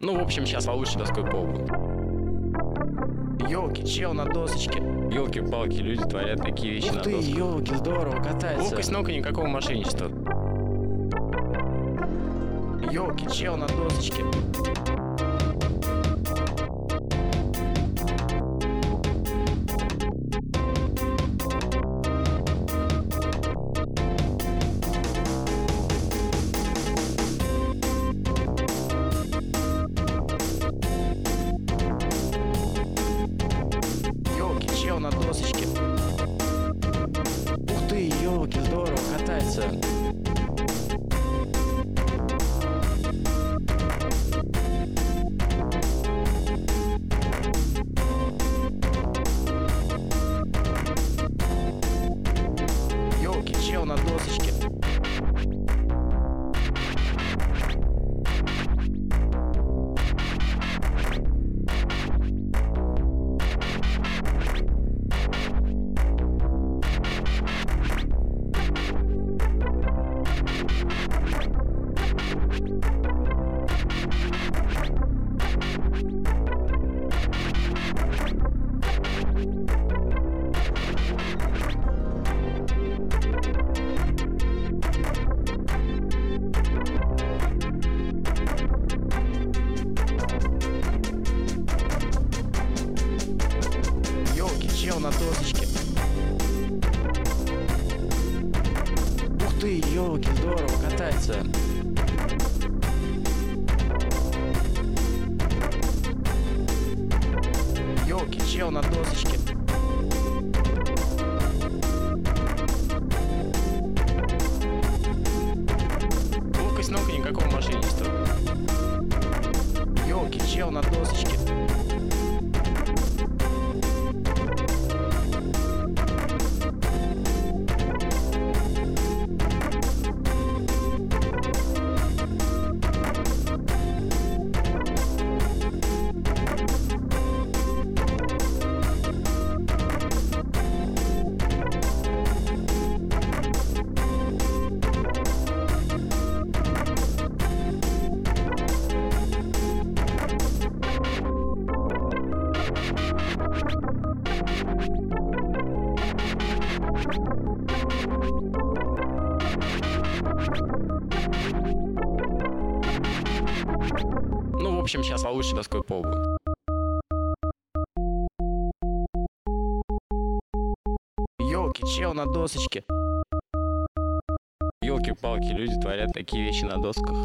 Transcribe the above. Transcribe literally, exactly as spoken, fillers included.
Ну, в общем, сейчас получше доской пол будет. Ёлки, чел на досочке. Ёлки-палки, люди творят такие вещи Ух на ты, досках. ёлки, здорово, катается. Ловкость ног и никакого мошенничества. Ёлки, чел на досочке. Ёлки, чел на досочке. Ух ты, ёлки, здорово, катается. Ёлки, чел на досочке. Ёлки, чел на досочке. Ух ты, ёлки, здорово, катается. Ёлки, чел на досочке. Ловкость ног и никакого мошенничества. Ёлки, чел на досочке. Ну, в общем, сейчас получше доской пол будет. Ёлки, чел на досочке. Ёлки-палки, люди творят такие вещи на досках.